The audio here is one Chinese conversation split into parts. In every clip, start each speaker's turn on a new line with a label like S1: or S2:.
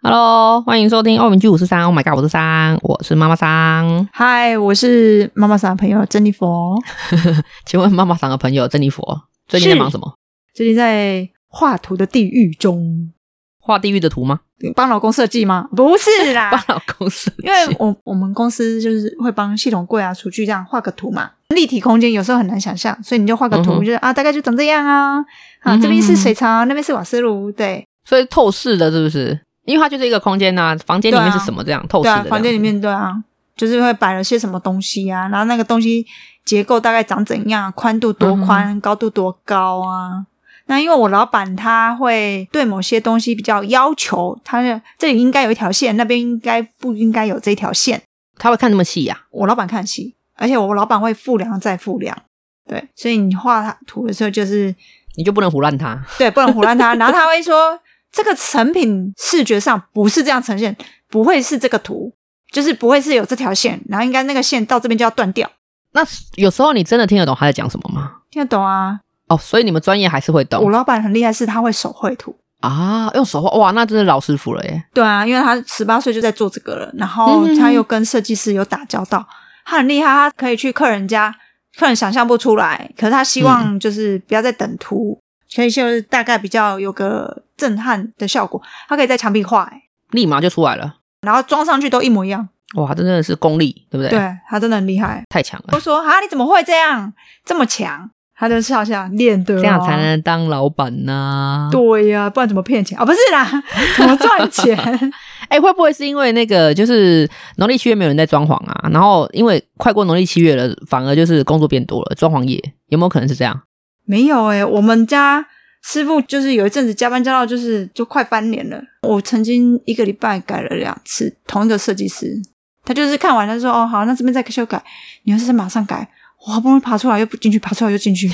S1: Hello， 欢迎收听欧米 G543。Oh my god， 我是3，我是妈妈桑。
S2: 嗨，我是妈妈桑的朋友珍妮佛。
S1: 请问妈妈桑的朋友珍妮佛最近在忙什么？
S2: 最近在画图的地狱中。
S1: 画地狱的图吗？
S2: 帮老公设计吗？不是啦，
S1: 帮老公设计。
S2: 因为我们公司就是会帮系统柜啊、厨具这样画个图嘛。立体空间有时候很难想象，所以你就画个图，就是大概就长这样啊。这边是水槽，那边是瓦斯炉，对。
S1: 所以透视的是不是？因为它就是一个空间啊，房间里面是什么这样透视的。
S2: 对啊，房间里面对啊，就是会摆了些什么东西啊，然后那个东西结构大概长怎样，宽度多宽，高度多高啊。那因为我老板他会对某些东西比较要求，他这里应该有一条线，那边不应该有这条线。
S1: 他会看那么细啊？
S2: 我老板看细，而且我老板会复量再复量。对，所以你画图的时候就是
S1: 你就不能胡乱他。
S2: 对，不能胡乱他。然后他会说这个成品视觉上不是这样呈现，不会是这个图，就是不会是有这条线，然后应该那个线到这边就要断掉。
S1: 那有时候你真的听得懂他在讲什么吗？
S2: 听得懂啊。
S1: 哦，所以你们专业还是会懂。
S2: 我老板很厉害，是他会手绘图
S1: 啊，用手画。哇，那真是老师傅了耶。
S2: 对啊，因为他18岁就在做这个了，然后他又跟设计师有打交道，他很厉害，他可以去客人家，客人想象不出来，可是他希望就是不要再等图，所以就是大概比较有个震撼的效果，他可以在墙壁画
S1: 立马就出来了，
S2: 然后装上去都一模一样。
S1: 哇，真的是功力，对不对？
S2: 对，他真的很厉害，
S1: 太强了。
S2: 我说你怎么会这样这么强？他就笑笑练的，
S1: 这样才能当老板呢。
S2: 对呀，不然怎么骗钱不是啦，怎么赚钱？
S1: 会不会是因为那个就是农历7月没有人在装潢啊，然后因为快过农历7月了，反而就是工作变多了，装潢业有没有可能是这样？
S2: 没有我们家师傅就是有一阵子加班加到就快翻脸了。我曾经1个礼拜改了2次同一个设计师，他就是看完他说好，那这边再修改，你要是马上改，我好不容易爬出来又不进去，爬出来又进去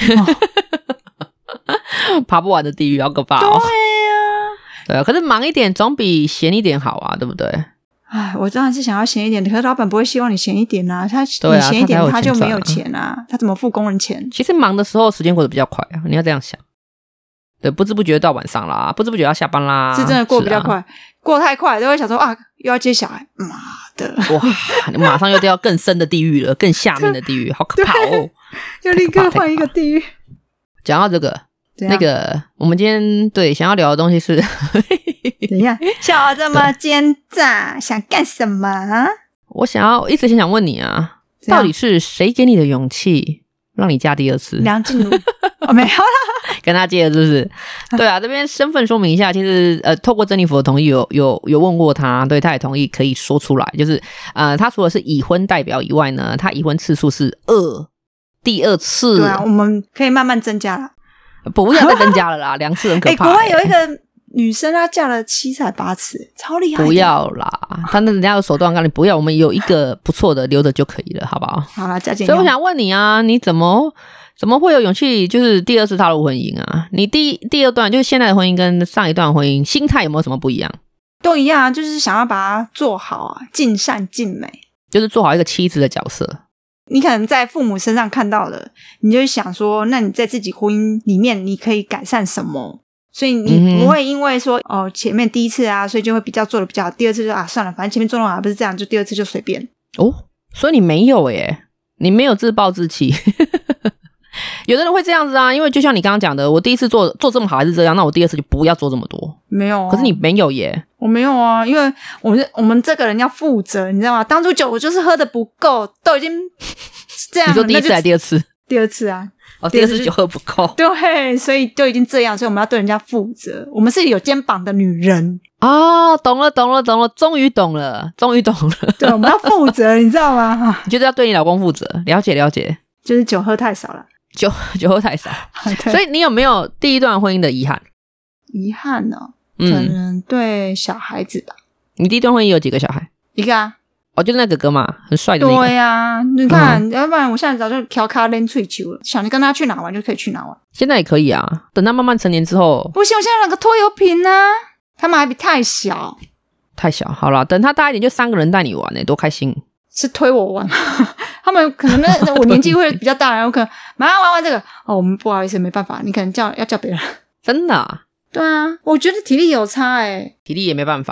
S1: 爬不完的地狱，好可怕对啊，可是忙一点总比闲一点好啊，对不对？
S2: 我当然是想要闲一点的，可是老板不会希望你闲一点啊，你闲一点他就没有钱啊，他怎么付工人钱？
S1: 其实忙的时候时间过得比较快啊，你要这样想。对，不知不觉到晚上啦，不知不觉要下班啦，
S2: 是真的过比较快，过太快都会想说又要接小孩，妈的，
S1: 哇，你马上又掉更深的地狱了，更下面的地狱，好可怕哦！
S2: 就立刻换一个地狱。
S1: 讲到这个，那个我们今天想要聊的东西是
S2: 怎样？笑这么奸诈，想干什么？
S1: 我一直想问你啊，到底是谁给你的勇气让你嫁第2次？
S2: 梁静茹没有啦，
S1: 跟他借的是不是？对啊，这边身份说明一下，其实透过珍妮佛的同意，有问过他，对，他也同意可以说出来，就是他除了是已婚代表以外呢，他已婚次数是第2次。
S2: 对啊，我们可以慢慢增加啦，
S1: 不要再增加了啦，2次很可怕。
S2: 国外有一个女生她嫁了7才8次，超厉害。
S1: 不要啦，他那人家有手段，告诉你不要，我们有一个不错的留着就可以了，好不好？
S2: 好啦，加减。
S1: 所以我想问你啊，你怎么会有勇气就是第2次踏入婚姻啊？你第2段就是现在的婚姻跟上一段婚姻心态有没有什么不一样？
S2: 都一样啊，就是想要把它做好啊，尽善尽美，
S1: 就是做好一个妻子的角色。
S2: 你可能在父母身上看到的，你就想说那你在自己婚姻里面你可以改善什么，所以你不会因为说前面第1次啊，所以就会比较做的比较好，第2次就算了，反正前面做的好不是这样，就第2次就随便
S1: 所以你没有你没有自暴自弃有的人会这样子啊，因为就像你刚刚讲的，我第1次做这么好还是这样，那我第2次就不要做这么多。
S2: 没有
S1: 可是你没有
S2: 我没有啊，因为我们这个人要负责，你知道吗？当初酒我就是喝的不够，都已经这样了。
S1: 你说第1次还是第2次？
S2: 第2次啊。
S1: 第2次酒喝不够。
S2: 对，所以就已经这样，所以我们要对人家负责，我们是有肩膀的女人。
S1: 懂了，终于懂了。
S2: 对，我们要负责你知道吗？
S1: 你就是要对你老公负责，了解
S2: 就是酒喝太少了，
S1: 酒喝太少所以你有没有第1段婚姻的遗憾？
S2: 遗憾可能对小孩子吧。
S1: 你第1段婚姻有几个小孩
S2: ？1个啊。
S1: 就是那哥哥嘛，很帅的那个。
S2: 对啊，你看要不然我现在早就调卡练脆球了，想跟他去哪玩就可以去哪玩。
S1: 现在也可以啊，等他慢慢成年之后。
S2: 不行，我现在2个拖油瓶啊，他们还比太小。
S1: 好啦，等他大一点就3个人带你玩多开心。
S2: 是推我玩他们可能我年纪会比较大，然后可能马上玩这个我们不好意思没办法，你可能要叫别人。
S1: 真的啊？
S2: 对啊，我觉得体力有差
S1: 体力也没办法。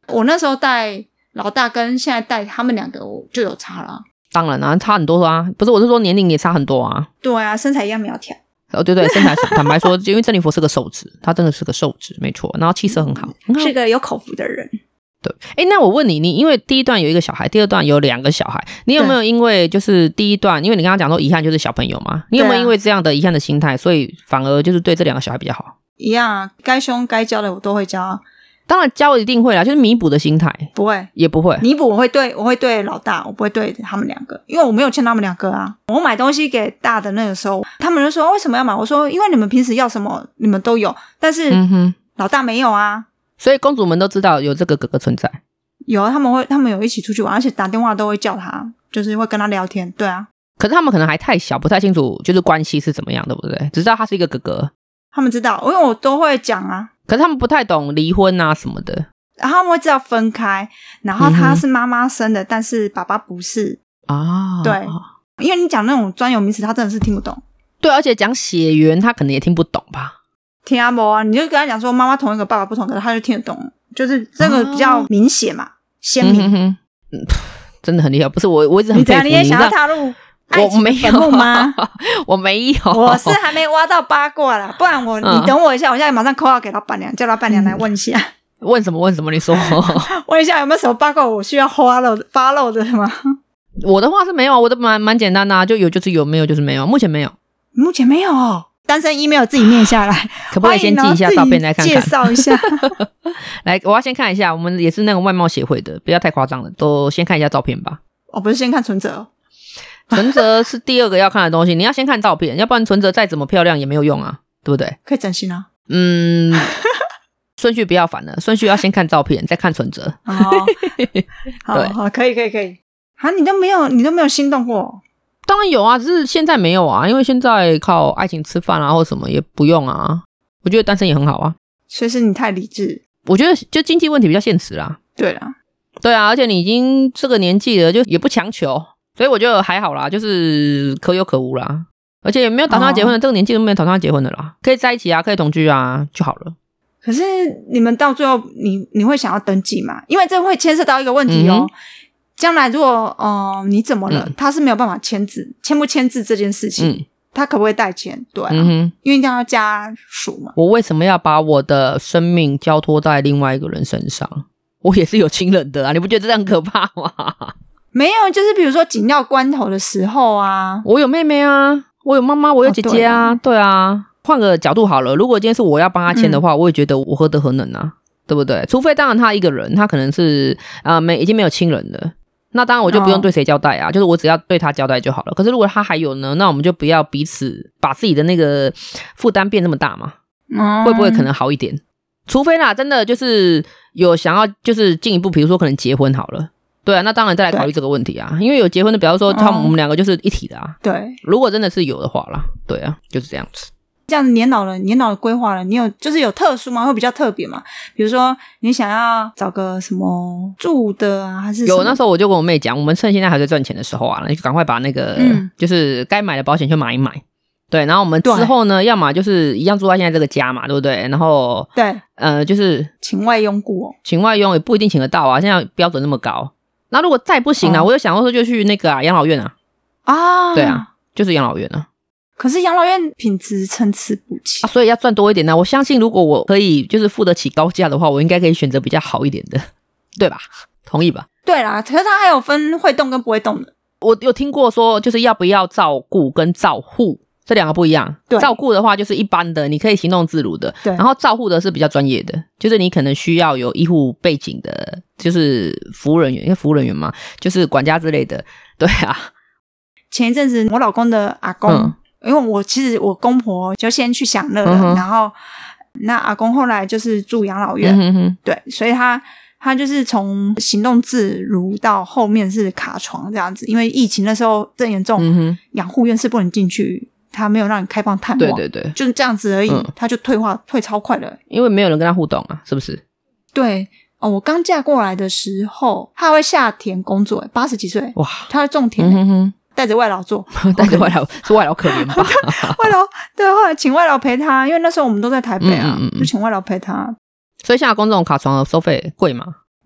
S2: 我那时候带老大跟现在带他们2个我就有差了。
S1: 当然啊，差很多啊，不是我是说年龄也差很多啊。
S2: 对啊，身材一样苗条。
S1: 哦，对对，身材坦白说，因为珍妮佛是个瘦子，她真的是个瘦子，没错，然后气色很好，
S2: 是个有口福的人。
S1: 对，那我问你，因为第一段有一个小孩，第二段有2个小孩，你有没有因为就是第一段，因为你刚刚讲说遗憾就是小朋友嘛，你有没有因为这样的遗憾的心态，所以反而就是对这2个小孩比较好？
S2: 一样啊，该凶该教的我都会教啊。
S1: 当然教一定会啦，就是弥补的心态。
S2: 不会，
S1: 也不会
S2: 弥补。我会对老大，我不会对他们2个，因为我没有欠他们2个啊。我买东西给大的那个时候，他们就说为什么要买？我说因为你们平时要什么你们都有，但是老大没有啊。
S1: 所以公主们都知道有这个哥哥存在。
S2: 有，他们有一起出去玩，而且打电话都会叫他，就是会跟他聊天。对啊，
S1: 可是他们可能还太小，不太清楚就是关系是怎么样，对不对？只知道他是一个哥哥。
S2: 他们知道，因为我都会讲啊。
S1: 可是他们不太懂离婚啊什么的。
S2: 然后他们会知道分开，然后他是妈妈生的，但是爸爸不是啊。对，因为你讲那种专有名词，他真的是听不懂。
S1: 对，而且讲血缘，他可能也听不懂吧？
S2: 听不啊，你就跟他讲说妈妈同一个，爸爸不同的，他就听得懂。就是这个比较明显嘛，鲜明。
S1: 真的很厉害，不是我一直很佩服
S2: 你也想要踏入爱情的坟墓吗？
S1: 我没有，
S2: 我是还没挖到八卦啦，不然你等我一下，我现在马上 call out 给老板娘，叫老板娘来问一下。
S1: 问什么？你说。
S2: 问一下有没有什么八卦我需要发漏的吗？
S1: 我的话是没有，我的蛮简单的啊，就有就是有，没有就是没有，目前没有。
S2: 目前没有哦。单身 email 自己念下来，
S1: 可不可以先寄一下照片来看看？
S2: 介绍一下。
S1: 来，我要先看一下，我们也是那个外貌协会的，不要太夸张了，都先看一下照片吧。
S2: 不是先看存折。
S1: 存折是第2个要看的东西，你要先看照片，要不然存折再怎么漂亮也没有用啊，对不对？
S2: 可以整形啊。
S1: 顺序不要反了，顺序要先看照片，再看存折。
S2: 好，可以。啊，你都没有心动过？
S1: 当然有啊，只是现在没有啊，因为现在靠爱情吃饭啊或什么也不用啊。我觉得单身也很好啊。
S2: 所以是你太理智。
S1: 我觉得就经济问题比较现实啦。
S2: 对啦。
S1: 对啊，而且你已经这个年纪了，就也不强求，所以我觉得还好啦，就是可有可无啦。而且也没有打算要结婚的，这个年纪都没有打算要结婚的啦，可以在一起啊，可以同居啊就好了。
S2: 可是你们到最后你会想要登记吗？因为这会牵涉到一个问题哦。将来如果你怎么了，他是没有办法签不签字这件事情，他可不可以代签？对啊，因为一定要家属嘛。
S1: 我为什么要把我的生命交托在另外一个人身上？我也是有亲人的啊，你不觉得这很可怕吗？
S2: 没有，就是比如说紧要关头的时候啊。
S1: 我有妹妹啊，我有妈妈，我有姐姐啊。对啊，换个角度好了，如果今天是我要帮他签的话，我也觉得我何德何能啊，对不对？除非当然他一个人，他可能是已经没有亲人了，那当然我就不用对谁交代啊，就是我只要对他交代就好了。可是如果他还有呢，那我们就不要彼此把自己的那个负担变那么大嘛，会不会可能好一点？除非啦，真的就是有想要就是进一步，比如说可能结婚好了，对啊，那当然再来考虑这个问题啊。因为有结婚的，比方说我们2个就是一体的啊。
S2: 对，
S1: 如果真的是有的话啦，对啊，就是这样子。
S2: 这样子年老的规划了，你有就是有特殊吗？会比较特别吗？比如说你想要找个什么住的啊，还是什么？
S1: 有，那时候我就跟我妹讲，我们趁现在还在赚钱的时候啊，你就赶快把那个就是该买的保险就买一买。对，然后我们之后呢，要么就是一样住在现在这个家嘛，对不对？然后
S2: 对，
S1: 就是
S2: 请外佣雇哦，
S1: 请外佣也不一定请得到啊，现在标准那么高。那如果再不行啊，我有想过说就去那个养老院啊。对啊，就是养老院啊。
S2: 可是养老院品质参差不齐
S1: 所以要赚多一点呢。我相信如果我可以就是付得起高价的话，我应该可以选择比较好一点的，对吧？同意吧？
S2: 对啦，可是它还有分会动跟不会动的。
S1: 我有听过说就是要不要照顾跟照护这2个不一样。照顾的话就是一般的，你可以行动自如的。对，然后照护的是比较专业的，就是你可能需要有医护背景的，就是服务人员，因为服务人员嘛，就是管家之类的。对啊。
S2: 前一阵子我老公的阿公，因为其实我公婆就先去享乐了，然后那阿公后来就是住养老院，对，所以他就是从行动自如到后面是卡床这样子，因为疫情那时候正严重，养护院是不能进去，他没有让你开放探望，对，就是这样子而已，他就退超快了，因
S1: 为没有人跟他互动啊，是不是？
S2: 对我刚嫁过来的时候，他会下田工作，80几岁，哇，他会种田，带着外劳做，
S1: 带着外劳是外劳可怜吧？
S2: 外劳对，后来请外劳陪他，因为那时候我们都在台北啊，就请外劳陪他。
S1: 所以像阿公这种卡床的收费贵吗？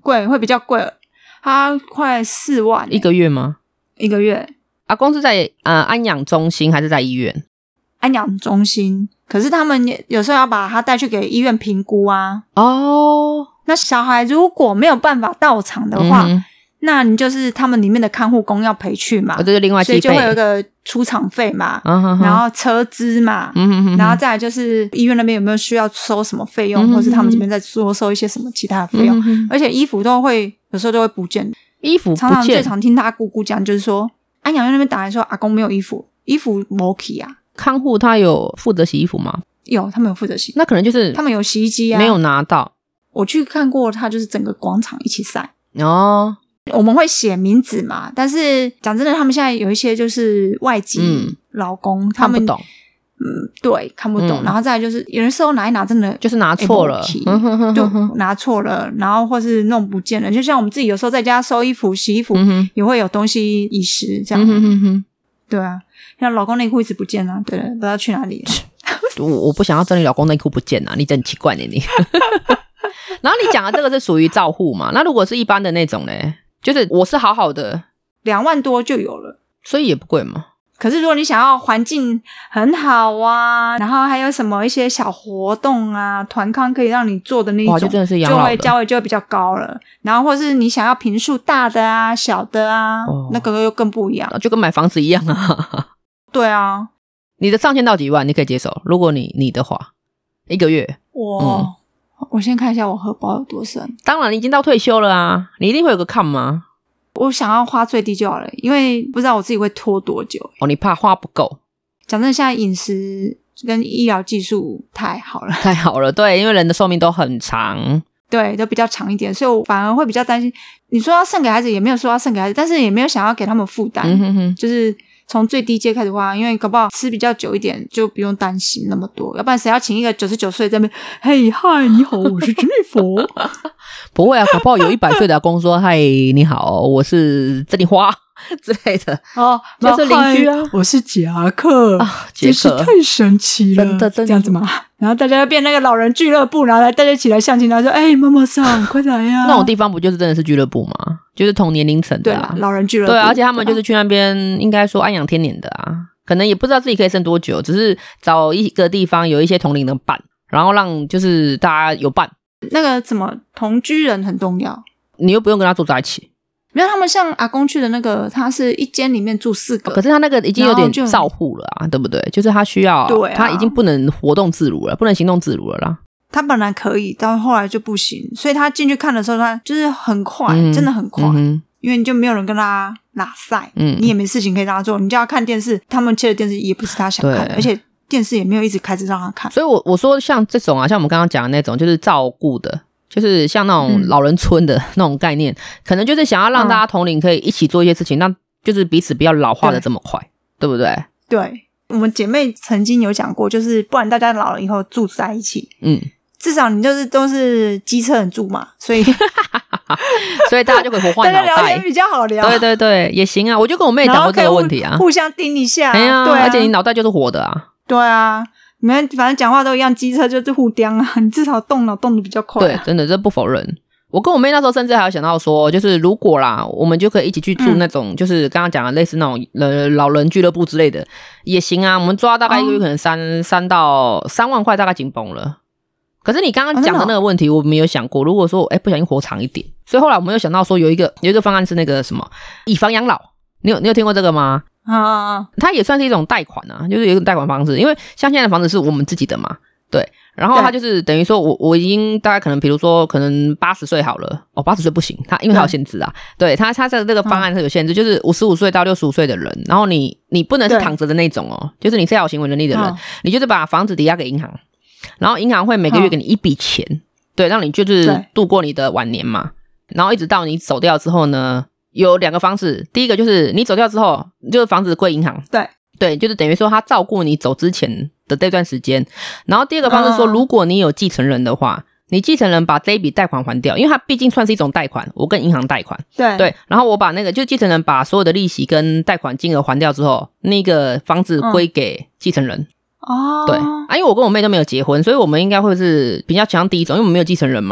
S2: 贵，会比较贵，它快4万
S1: 一个月吗？
S2: 一个月。
S1: 阿公是在安养中心还是在医院？
S2: 安养中心，可是他们有时候要把他带去给医院评估啊。
S1: 哦，
S2: 那小孩如果没有办法到场的话，那你就是他们里面的看护工要陪去嘛，
S1: 这是另外计费，
S2: 所以就会有一个出场费嘛，然后车资嘛，然后再来就是医院那边有没有需要收什么费用，或是他们这边在收一些什么其他的费用，而且衣服有时候都会不见，
S1: 衣服不见，
S2: 最常听他姑姑讲就是说，安养院那边打来说阿公没有衣服没去啊。
S1: 看护他有负责洗衣服吗？
S2: 有，他们有负责洗，
S1: 那可能就是
S2: 他们有洗衣机啊，
S1: 没有拿到。
S2: 我去看过，他就是整个广场一起晒
S1: 哦。
S2: 我们会写名字嘛，但是讲真的，他们现在有一些就是外籍劳工，他们
S1: 看不懂，
S2: 对，看不懂。然后再来就是有人时候拿一拿，真的
S1: 就是拿错了，
S2: 就拿错了，然后或是弄不见了。就像我们自己有时候在家收衣服、洗衣服，也会有东西遗失这样。对啊，像老公内裤一直不见啊，对了，不知道去哪里了。
S1: 我不想要真的老公内裤不见啊，你真奇怪呢你。然后你讲的这个是属于照护嘛？那如果是一般的那种呢？就是我是好好的
S2: ，2万多就有了，
S1: 所以也不贵嘛。
S2: 可是如果你想要环境很好啊，然后还有什么一些小活动啊，团康可以让你做的那种，
S1: 就真的是养老的，
S2: 价位就会比较高了。然后或是你想要坪数大的啊、小的啊，那个又更不一样，
S1: 就跟买房子一样啊。
S2: 对啊，
S1: 你的上限到几万你可以接受？如果你的话，一个月，
S2: 我先看一下我荷包有多深。
S1: 当然，你已经到退休了啊，你一定会有个看吗？
S2: 我想要花最低就好了，因为不知道我自己会拖多久。
S1: 你怕花不够？
S2: 讲真的，现在饮食跟医疗技术太好了，
S1: 太好了，对，因为人的寿命都很长，
S2: 对，都比较长一点，所以我反而会比较担心。你说要剩给孩子，也没有说要剩给孩子，但是也没有想要给他们负担，就是从最低阶开始花，因为搞不好吃比较久一点，就不用担心那么多。要不然谁要请一个99岁在那边，嘿嗨，你好，我是珍妮佛。
S1: 不会啊，搞不好有100岁的阿公说，嗨，你好，我是珍妮花之类的。就是邻居啊，
S2: 我是夹克啊，
S1: 杰克
S2: 太神奇了，真的这样子吗？然后大家变那个老人俱乐部，然后大家一起来相亲，然后说，哎，妈妈桑，快来呀！
S1: 那种地方不就是真的是俱乐部吗？就是同年龄层的
S2: 对，老人俱乐部。
S1: 对，而且他们就是去那边，应该说安养天年的啊，可能也不知道自己可以剩多久，只是找一个地方有一些同龄的伴，然后让就是大家有伴。
S2: 那个怎么同居人很重要，
S1: 你又不用跟他住在一起。
S2: 没有，他们像阿公去的那个，他是一间里面住4个，
S1: 可是他那个已经有点照护了啊，对不对？就是他需要，他已经不能活动自如了，不能行动自如了啦。
S2: 他本来可以，但后来就不行，所以他进去看的时候，他就是很快，真的很快，因为你就没有人跟他拉塞，你也没事情可以让他做，你就要看电视，他们切的电视也不是他想看的，而且电视也没有一直开着让他看。
S1: 所以我说像这种啊，像我们刚刚讲的那种，就是照顾的。就是像那种老人村的那种概念，可能就是想要让大家同龄可以一起做一些事情，让就是彼此不要老化的这么快， 对不对？
S2: 对，我们姐妹曾经有讲过，就是不然大家老了以后住在一起，至少你就是都是机车人住嘛，所以
S1: 所以大家就可以活换脑袋，
S2: 大家聊天比较好聊。
S1: 对对对，也行啊，我就跟我妹讲过这个问题啊，
S2: 互相盯一下，
S1: 对啊，而且你脑袋就是活的啊，
S2: 对啊。你们反正讲话都一样，机车就是互刁啊，你至少动脑动得比较快，
S1: 对，真的这不否认。我跟我妹那时候甚至还有想到说，就是如果啦，我们就可以一起去住那种，就是刚刚讲的类似那种老人俱乐部之类的也行啊。我们抓大概一个月可能3到3万块，大概紧绷了。可是你刚刚讲的那个问题，我没有想过，如果说不小心活长一点，所以后来我们有想到说有一个方案是那个什么以房养老，你有听过这个吗？它也算是一种贷款啊，就是有一种贷款方式，因为像现在的房子是我们自己的嘛，对，然后它就是等于说我已经大概可能比如说可能80岁好了，80岁不行，因为它有限制啊，对，它的这个方案是有限制，就是55岁到65岁的人，然后你不能是躺着的那种哦，就是你是要有行为能力的人，你就是把房子抵押给银行，然后银行会每个月给你一笔钱，对，让你就是度过你的晚年嘛，然后一直到你走掉之后呢，有2个方式，第一个就是你走掉之后，就是房子归银行，对，就是等于说他照顾你走之前的这段时间。然后第二个方式说，如果你有继承人的话，你继承人把这一笔贷款还掉，因为它毕竟算是一种贷款，我跟银行贷款，对，然后我把那个就继承人把所有的利息跟贷款金额还掉之后，那个房子归给继承人。对啊，因为我跟我妹都没有结婚，所以我们应该会是比较强第一种，因为我们没有继承人嘛。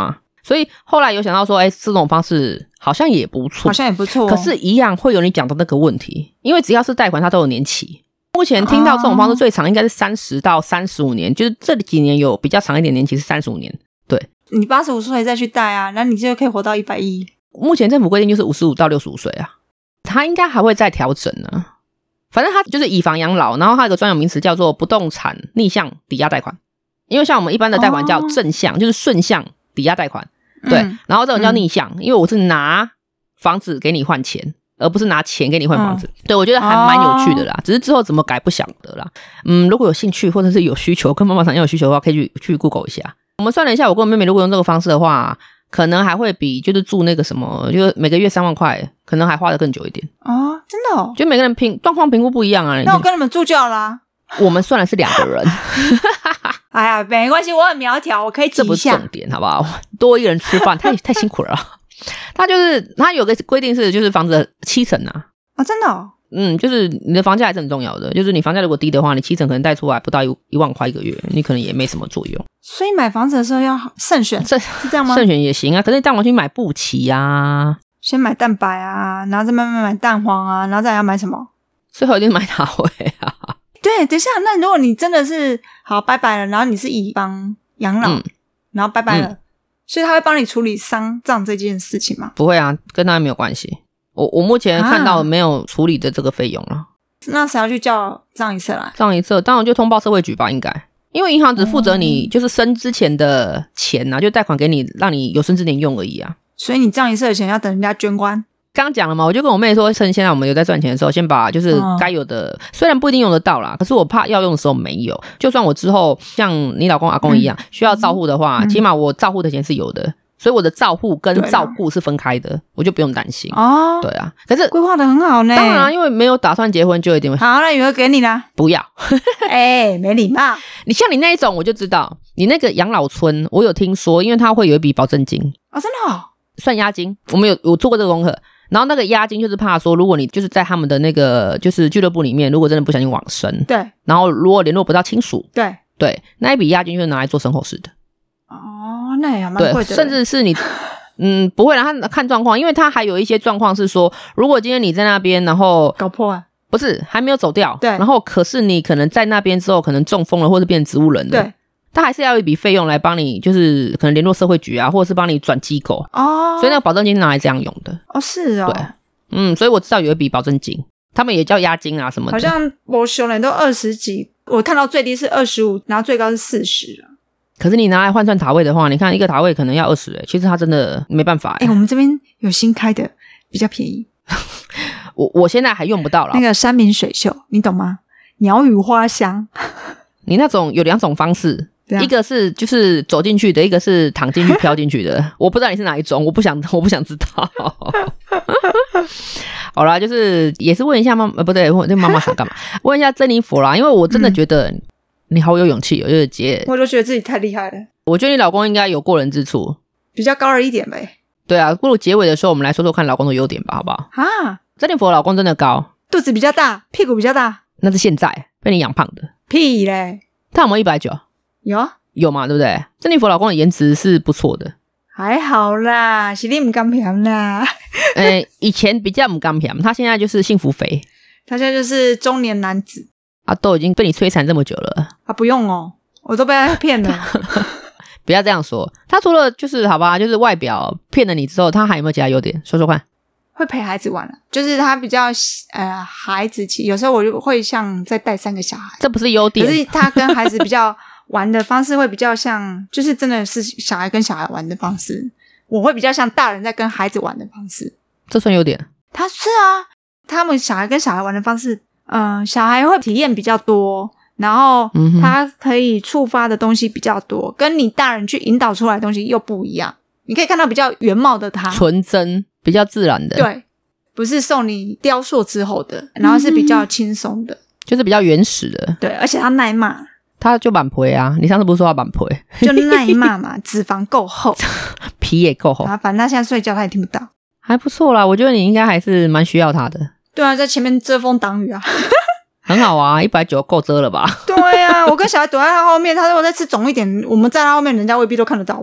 S1: 所以后来有想到说，这种方式好像也不错，
S2: 好像也不错，
S1: 可是一样会有你讲的那个问题，因为只要是贷款它都有年期。目前听到这种方式最长应该是30到35年，就是这几年有比较长一点年期是35年。对，
S2: 你85岁再去贷啊，那你就可以活到110。
S1: 目前政府规定就是55到65岁啊，它应该还会再调整呢。反正它就是以房养老，然后它有个专有名词叫做不动产逆向抵押贷款。因为像我们一般的贷款叫正向，就是顺向抵押贷款，对，然后这种叫逆向，因为我是拿房子给你换钱，而不是拿钱给你换房子。对，我觉得还蛮有趣的啦，只是之后怎么改不晓得啦。如果有兴趣或者是有需求，跟妈妈厂有需求的话，可以去 Google 一下。我们算了一下，我跟我妹妹如果用这个方式的话，可能还会比就是住那个什么，就是每个月3万块，可能还花得更久一点。
S2: 哦，真的哦，
S1: 就每个人状况评估不一样啊。
S2: 那我跟你们住就好啦。
S1: 我们算的是2个人。
S2: 哎呀，没关系，我很苗条，我可以挤一下。
S1: 这不是重点，好不好？多一个人吃饭太辛苦了。他有个规定是，就是房子的70%啊。
S2: 哦，真的哦。
S1: 就是你的房价还是很重要的。就是你房价如果低的话，你70%可能贷出来不到1万块一个月，你可能也没什么作用。
S2: 所以买房子的时候要慎选，是这样吗？
S1: 慎选也行啊，可是你蛋黄去买布奇啊，
S2: 先买蛋白啊，然后再慢慢买蛋黄啊，然后再要买什么？
S1: 最后一定是买塔位啊。
S2: 对，等一下，那如果你真的是好拜拜了，然后你是以房养老，然后拜拜了，所以他会帮你处理丧葬这件事情吗？
S1: 不会啊，跟他没有关系。我目前看到没有处理的这个费用了。
S2: 那谁要去叫葬仪社来？
S1: 葬仪社当然就通报社会局吧，应该。因为银行只负责你就是生之前的钱啊，就贷款给你，让你有生之年用而已啊。
S2: 所以你葬仪社的钱要等人家捐光。
S1: 刚讲了嘛，我就跟我妹说，趁现在我们有在赚钱的时候，先把就是该有的，虽然不一定用得到啦，可是我怕要用的时候没有。就算我之后像你老公阿公一样需要照护的话，起码我照护的钱是有的，所以我的照护跟照顾是分开的，我就不用担心。哦，对啊，可是
S2: 规划得很好呢。
S1: 当然啊，因为没有打算结婚，就一定会
S2: 好，那余额给你啦。
S1: 不要。
S2: 没礼貌。
S1: 你像你那一种，我就知道你那个养老村，我有听说，因为他会有一笔保证金
S2: 哦，真的哦，
S1: 算押金。我做过这个功课。然后那个押金就是怕说，如果你就是在他们的那个就是俱乐部里面，如果真的不小心往生，
S2: 对，
S1: 然后如果联络不到亲属，
S2: 对，
S1: 那一笔押金就是拿来做身后事的。
S2: 哦，那也蛮贵的。
S1: 对，甚至是你，不会啦，他看状况，因为他还有一些状况是说，如果今天你在那边，然后
S2: 搞破坏，
S1: 不是还没有走掉，
S2: 对，
S1: 然后可是你可能在那边之后，可能中风了，或者变植物人了，
S2: 对。
S1: 他还是要有一笔费用来帮你，就是可能联络社会局啊，或者是帮你转机构哦。所以那个保证金拿来这样用的
S2: 哦，是哦，
S1: 对，所以我知道有一笔保证金，他们也叫押金啊什么的。
S2: 好像我熊人都20几，我看到最低是25，然后最高是40啊。
S1: 可是你拿来换算塔位的话，你看一个塔位可能要20其实他真的没办法
S2: 我们这边有新开的，比较便宜。
S1: 我现在还用不到啦。
S2: 那个山明水秀，你懂吗？鸟语花香。
S1: 你那种有2种方式。一个是就是走进去的，一个是躺进去飘进去的。我不知道你是哪一种，我不想知道。好啦，就是也是问一下不对，问妈妈想干嘛？问一下珍妮佛啦，因为我真的觉得你好有勇气，就是姐，
S2: 我就觉得自己太厉害了。
S1: 我觉得你老公应该有过人之处，
S2: 比较高了一点呗。
S1: 对啊，不如结尾的时候我们来说说看老公的优点吧，好不好？
S2: 啊，
S1: 珍妮佛老公真的高，
S2: 肚子比较大，屁股比较大，
S1: 那是现在被你养胖的。
S2: 屁嘞，
S1: 他有没有190？有嘛，对不对？珍妮佛老公的颜值是不错的，
S2: 还好啦，是你不甘甜啦。
S1: 以前比较不甘甜，他现在就是幸福肥，
S2: 他现在就是中年男子
S1: 啊，都已经被你摧残这么久了
S2: 啊，不用哦，我都被他骗了。
S1: 不要这样说，他除了就是好吧，就是外表骗了你之后，他还有没有其他优点？说说看。
S2: 会陪孩子玩了，就是他比较孩子气，有时候我就会像在带3个小孩，
S1: 这不是优点，
S2: 可是他跟孩子比较玩的方式会比较像，就是真的是小孩跟小孩玩的方式，我会比较像大人在跟孩子玩的方式，
S1: 这算优点。
S2: 他是啊，他们小孩跟小孩玩的方式，小孩会体验比较多，然后他可以触发的东西比较多，跟你大人去引导出来的东西又不一样。你可以看到比较原貌的他，
S1: 纯真，比较自然的，
S2: 对，不是受你雕塑之后的，然后是比较轻松的，
S1: 就是比较原始的，
S2: 对，而且他耐骂，
S1: 他就蛮肥啊，你上次不是说他蛮肥，
S2: 就耐骂嘛，脂肪够厚，
S1: 皮也够厚，
S2: 反正他现在睡觉他也听不到，
S1: 还不错啦，我觉得你应该还是蛮需要他的。
S2: 对啊，在前面遮风挡雨啊。
S1: 很好啊，190够遮了吧？
S2: 对啊，我跟小孩躲在他后面，他如果再吃肿一点，我们在他后面，人家未必都看得到我们。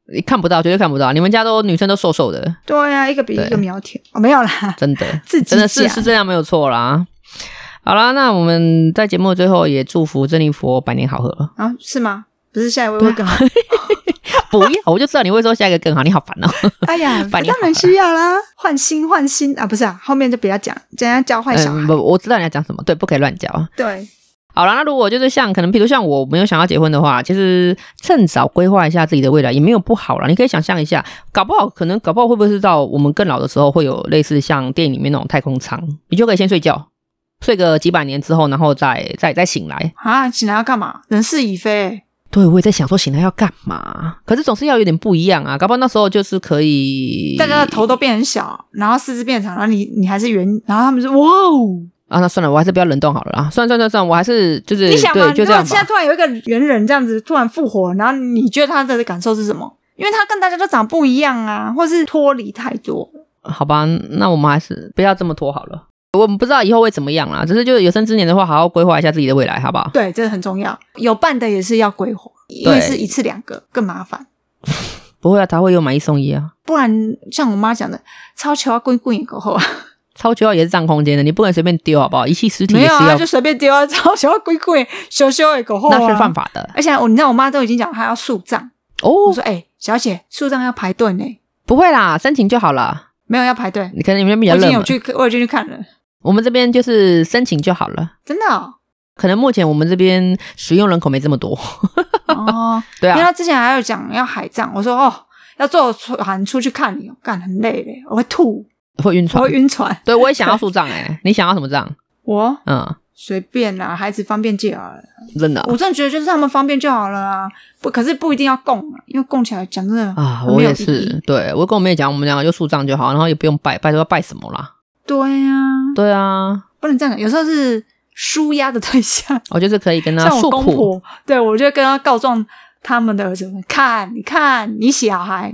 S1: 你看不到，绝对看不到。你们家女生都瘦瘦的。
S2: 对啊，一个比一个苗条。没有啦，
S1: 真的，
S2: 自己
S1: 真的是这样没有错啦。好啦，那我们在节目的最后也祝福珍妮佛百年好合
S2: 啊？是吗？不是下一位会更好？
S1: 不要，我就知道你会说下一个更好，你好烦哦。
S2: 哎呀，当然需要啦，换新啊，不是啊，后面就不要讲，这样教坏小孩。
S1: 不，我知道你要讲什么，对，不可以乱教。
S2: 对。
S1: 好啦，那如果就是可能比如像我没有想要结婚的话，其实趁早规划一下自己的未来也没有不好啦。你可以想象一下，搞不好会不会是到我们更老的时候会有类似像电影里面那种太空舱，你就可以先睡觉，睡个几百年之后，然后再醒来
S2: 啊？醒来要干嘛？人事已非。
S1: 对，我也在想说醒来要干嘛，可是总是要有点不一样啊，搞不好那时候就是可以
S2: 大家的头都变很小，然后四肢变长，然后你还是圆，然后他们说哇哦
S1: 啊，那算了，我还是不要冷冻好了啦。算，我还是就是
S2: 你想嘛，
S1: 对，就这样吧。
S2: 现在突然有一个猿人这样子突然复活，然后你觉得他的感受是什么？因为他跟大家都长不一样啊，或是脱离太多。
S1: 好吧，那我们还是不要这么拖好了。我们不知道以后会怎么样啦，只是就是有生之年的话，好好规划一下自己的未来，好不好？
S2: 对，这很重要。有伴的也是要规划，因为是一次2个更麻烦。
S1: 不会啊，他会有买1送1啊。
S2: 不然像我妈讲的，超球要滚也够好啊。
S1: 超球也是占空间的，你不能随便丢，好不好？遗弃尸体也是要，
S2: 没有啊，就随便丢啊。超球要滚修也够好啊，
S1: 那是犯法的。
S2: 而且你知道，我妈都已经讲她要树葬哦。我说，小姐，树葬要排队呢。
S1: 不会啦，申请就好了。
S2: 没有要排队，
S1: 你可能你们比较热门。
S2: 我已经去看了。
S1: 我们这边就是申请就好了。
S2: 真的哦？
S1: 可能目前我们这边使用人口没这么多。
S2: 哦，
S1: 对啊，
S2: 因为他之前还有讲要海葬，我说要坐船出去看你，干很累嘞，我会吐，
S1: 会晕船，
S2: 我会晕船。
S1: 对，我也想要树葬你想要什么葬？
S2: 我随便啦，孩子方便就好了。
S1: 真的，
S2: 我真的觉得就是他们方便就好了啊。可是不一定要供啊，因为供起来讲真的
S1: 啊，我也是。对，我跟我妹讲，我们2个就树葬就好，然后也不用拜说要拜什么啦。
S2: 对啊，不能这样。有时候是抒压的对象，
S1: 我就是可以跟他诉苦。
S2: 对，我就跟他告状他们的儿子们，你看你小孩。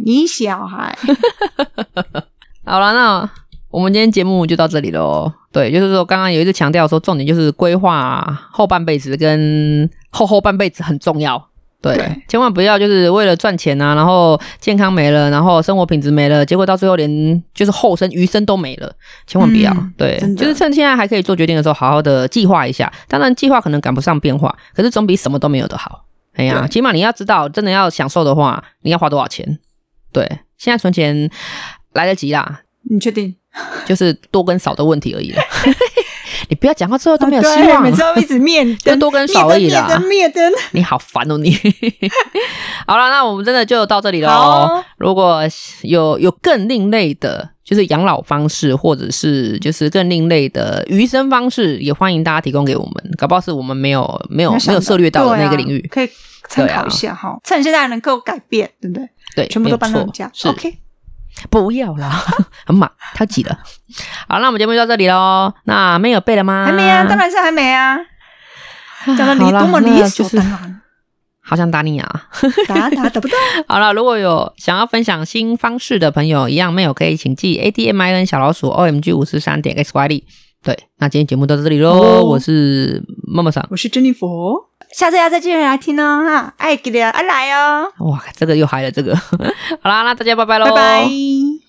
S1: 好了，那我们今天节目就到这里咯。对，就是说刚刚有一直强调说，重点就是规划后半辈子跟后半辈子很重要。对，千万不要就是为了赚钱啊，然后健康没了，然后生活品质没了，结果到最后连就是后生余生都没了，千万不要。对，就是趁现在还可以做决定的时候，好好的计划一下。当然计划可能赶不上变化，可是总比什么都没有的好。哎呀，起码你要知道，真的要享受的话，你要花多少钱。对，现在存钱来得及啦。
S2: 你确定？
S1: 就是多跟少的问题而已啦。你不要讲到最后都没有希望，
S2: 每次都一直面
S1: 就多跟少而已啦。
S2: 灭灯，
S1: 你好烦哦你。好了，那我们真的就到这里咯。如果有更另类的，就是养老方式，或者是就是更另类的余生方式，也欢迎大家提供给我们。搞不好是我们没有涉猎到的那个领域，
S2: 可以参考一下哈。趁现在能够改变，对不对？
S1: 对，
S2: 全部都搬到你家。OK。
S1: 不要啦，很满，太挤了。好，那我们节目就到这里咯。那妹有背了吗？
S2: 还没啊，当然是还没啊。讲的多么理所当然，
S1: 好想打你啊！
S2: 打不到。
S1: 好了，如果有想要分享新方式的朋友，一样妹有可以请寄 ADMIN 小老鼠 OMG543.XYZ。对，那今天节目到这里咯。我是妈妈桑，
S2: 我是珍妮佛。下次要再继续来听哦哈，记得来哦。
S1: 哇，这个又嗨了这个。好啦，那大家拜拜咯，
S2: 拜拜。